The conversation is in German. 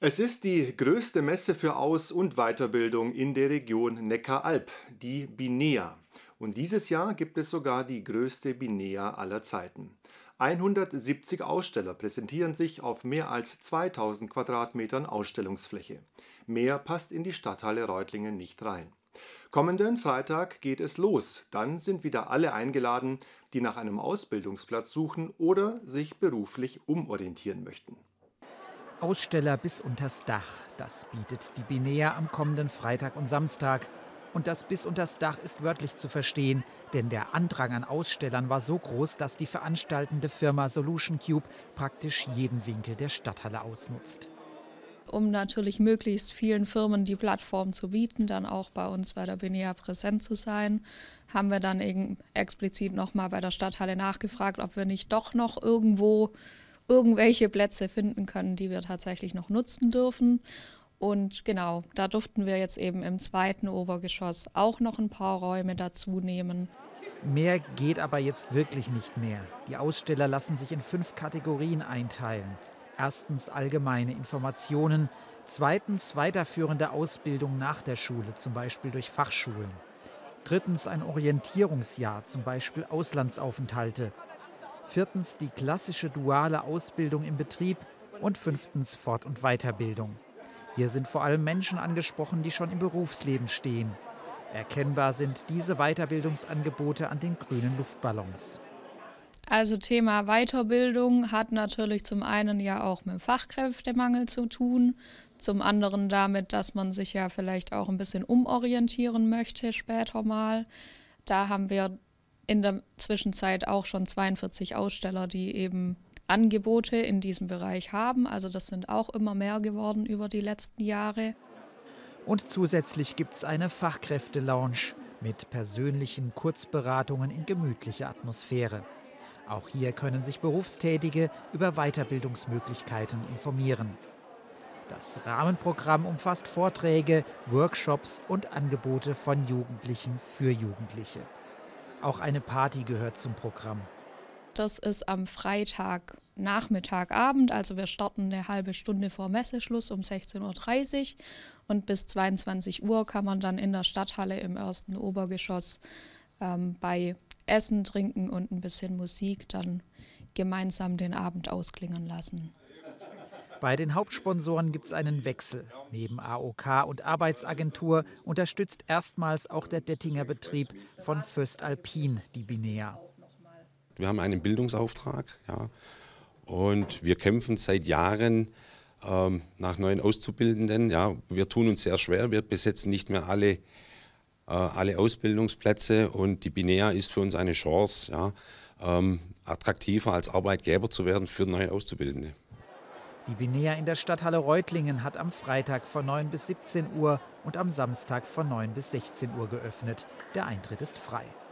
Es ist die größte Messe für Aus- und Weiterbildung in der Region Neckaralb, die BINEA. Und dieses Jahr gibt es sogar die größte BINEA aller Zeiten. 170 Aussteller präsentieren sich auf mehr als 2000 Quadratmetern Ausstellungsfläche. Mehr passt in die Stadthalle Reutlingen nicht rein. Kommenden Freitag geht es los. Dann sind wieder alle eingeladen, die nach einem Ausbildungsplatz suchen oder sich beruflich umorientieren möchten. Aussteller bis unters Dach, das bietet die BINEA am kommenden Freitag und Samstag. Und das bis unters Dach ist wörtlich zu verstehen, denn der Andrang an Ausstellern war so groß, dass die veranstaltende Firma Solution Cube praktisch jeden Winkel der Stadthalle ausnutzt. Um natürlich möglichst vielen Firmen die Plattform zu bieten, dann auch bei uns bei der BINEA präsent zu sein, haben wir dann eben explizit nochmal bei der Stadthalle nachgefragt, ob wir nicht doch noch irgendwo irgendwelche Plätze finden können, die wir tatsächlich noch nutzen dürfen. Und genau, da durften wir jetzt eben im zweiten Obergeschoss auch noch ein paar Räume dazu nehmen. Mehr geht aber jetzt wirklich nicht mehr. Die Aussteller lassen sich in 5 Kategorien einteilen. Erstens allgemeine Informationen, zweitens weiterführende Ausbildung nach der Schule, zum Beispiel durch Fachschulen. Drittens ein Orientierungsjahr, zum Beispiel Auslandsaufenthalte. Viertens die klassische duale Ausbildung im Betrieb und fünftens Fort- und Weiterbildung. Hier sind vor allem Menschen angesprochen, die schon im Berufsleben stehen. Erkennbar sind diese Weiterbildungsangebote an den grünen Luftballons. Also Thema Weiterbildung hat natürlich zum einen ja auch mit dem Fachkräftemangel zu tun, zum anderen damit, dass man sich ja vielleicht auch ein bisschen umorientieren möchte später mal. Da haben wir in der Zwischenzeit auch schon 42 Aussteller, die eben Angebote in diesem Bereich haben. Also das sind auch immer mehr geworden über die letzten Jahre. Und zusätzlich gibt es eine Fachkräfte-Lounge mit persönlichen Kurzberatungen in gemütlicher Atmosphäre. Auch hier können sich Berufstätige über Weiterbildungsmöglichkeiten informieren. Das Rahmenprogramm umfasst Vorträge, Workshops und Angebote von Jugendlichen für Jugendliche. Auch eine Party gehört zum Programm. Das ist am Freitagnachmittagabend, also wir starten eine halbe Stunde vor Messeschluss um 16:30 Uhr und bis 22 Uhr kann man dann in der Stadthalle im ersten Obergeschoss bei Essen, Trinken und ein bisschen Musik dann gemeinsam den Abend ausklingen lassen. Bei den Hauptsponsoren gibt es einen Wechsel. Neben AOK und Arbeitsagentur unterstützt erstmals auch der Dettinger Betrieb von voestalpine die BINEA. Wir haben einen Bildungsauftrag, ja, und wir kämpfen seit Jahren nach neuen Auszubildenden. Ja. Wir tun uns sehr schwer, wir besetzen nicht mehr alle Ausbildungsplätze und die BINEA ist für uns eine Chance, ja, attraktiver als Arbeitgeber zu werden für neue Auszubildende. Die BINEA in der Stadthalle Reutlingen hat am Freitag von 9 bis 17 Uhr und am Samstag von 9 bis 16 Uhr geöffnet. Der Eintritt ist frei.